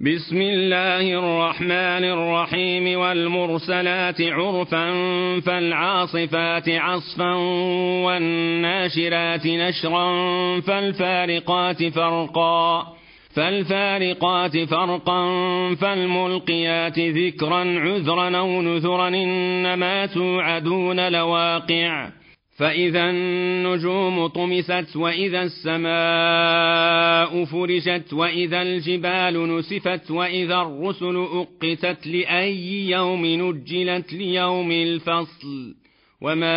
بسم الله الرحمن الرحيم والمرسلات عرفا فالعاصفات عصفا والناشرات نشرا فالفارقات فرقا فالملقيات ذكرا عذرا أو نذرا إنما توعدون لواقع فإذا النجوم طمست وإذا السماء فرشت وإذا الجبال نسفت وإذا الرسل أقتت لأي يوم نجلت ليوم الفصل وما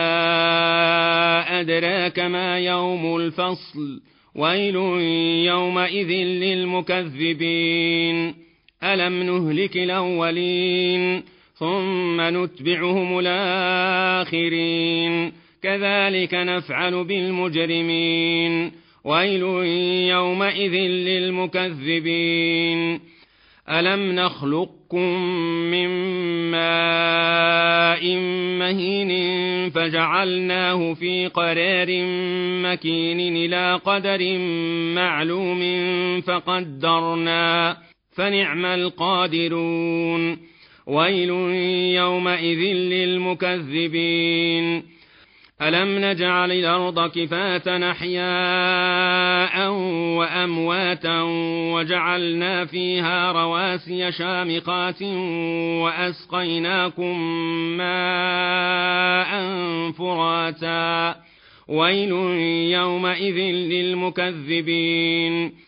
أدراك ما يوم الفصل ويل يومئذ للمكذبين ألم نهلك الأولين ثم نتبعهم الآخرين كذلك نفعل بالمجرمين ويل يومئذ للمكذبين ألم نخلقكم من ماء مهين فجعلناه في قرار مكين إلى قدر معلوم فقدرنا فنعم القادرون ويل يومئذ للمكذبين ألم نجعل الأرض كفاة أحياء وأمواتا وجعلنا فيها رواسي شامخات وأسقيناكم ماء فراتا ويل يومئذ للمكذبين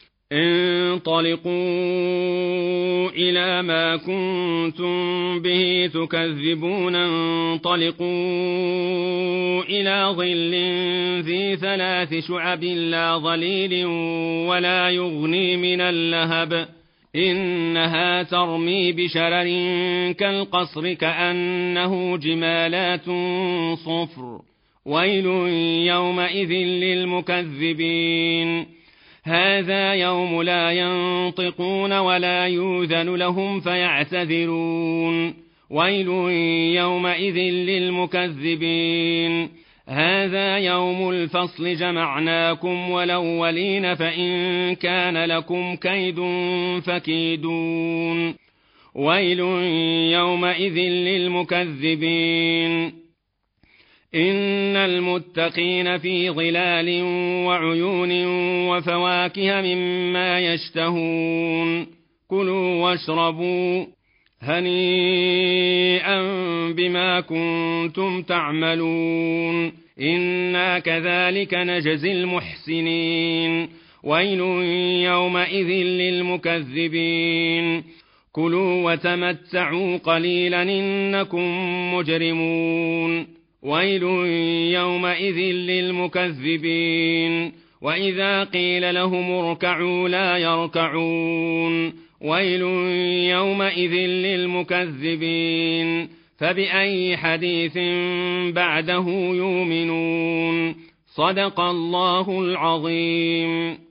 انطلقوا إلى ما كنتم به تكذبون انطلقوا إلى ظل ذي 3 شعب لا ظليل ولا يغني من اللهب إنها ترمي بشرر كالقصر كأنه جمالات صفر ويل يومئذ للمكذبين هذا يوم لا ينطقون ولا يؤذن لهم فيعتذرون ويل يومئذ للمكذبين هذا يوم الفصل جمعناكم والأولين فإن كان لكم كيد فكيدون ويل يومئذ للمكذبين إن المتقين في ظلال وعيون وفواكه مما يشتهون كلوا واشربوا هنيئا بما كنتم تعملون إنا كذلك نجزي المحسنين ويل يومئذ للمكذبين كلوا وتمتعوا قليلا إنكم مجرمون ويل يومئذ للمكذبين وإذا قيل لهم اركعوا لا يركعون ويل يومئذ للمكذبين فبأي حديث بعده يؤمنون صدق الله العظيم.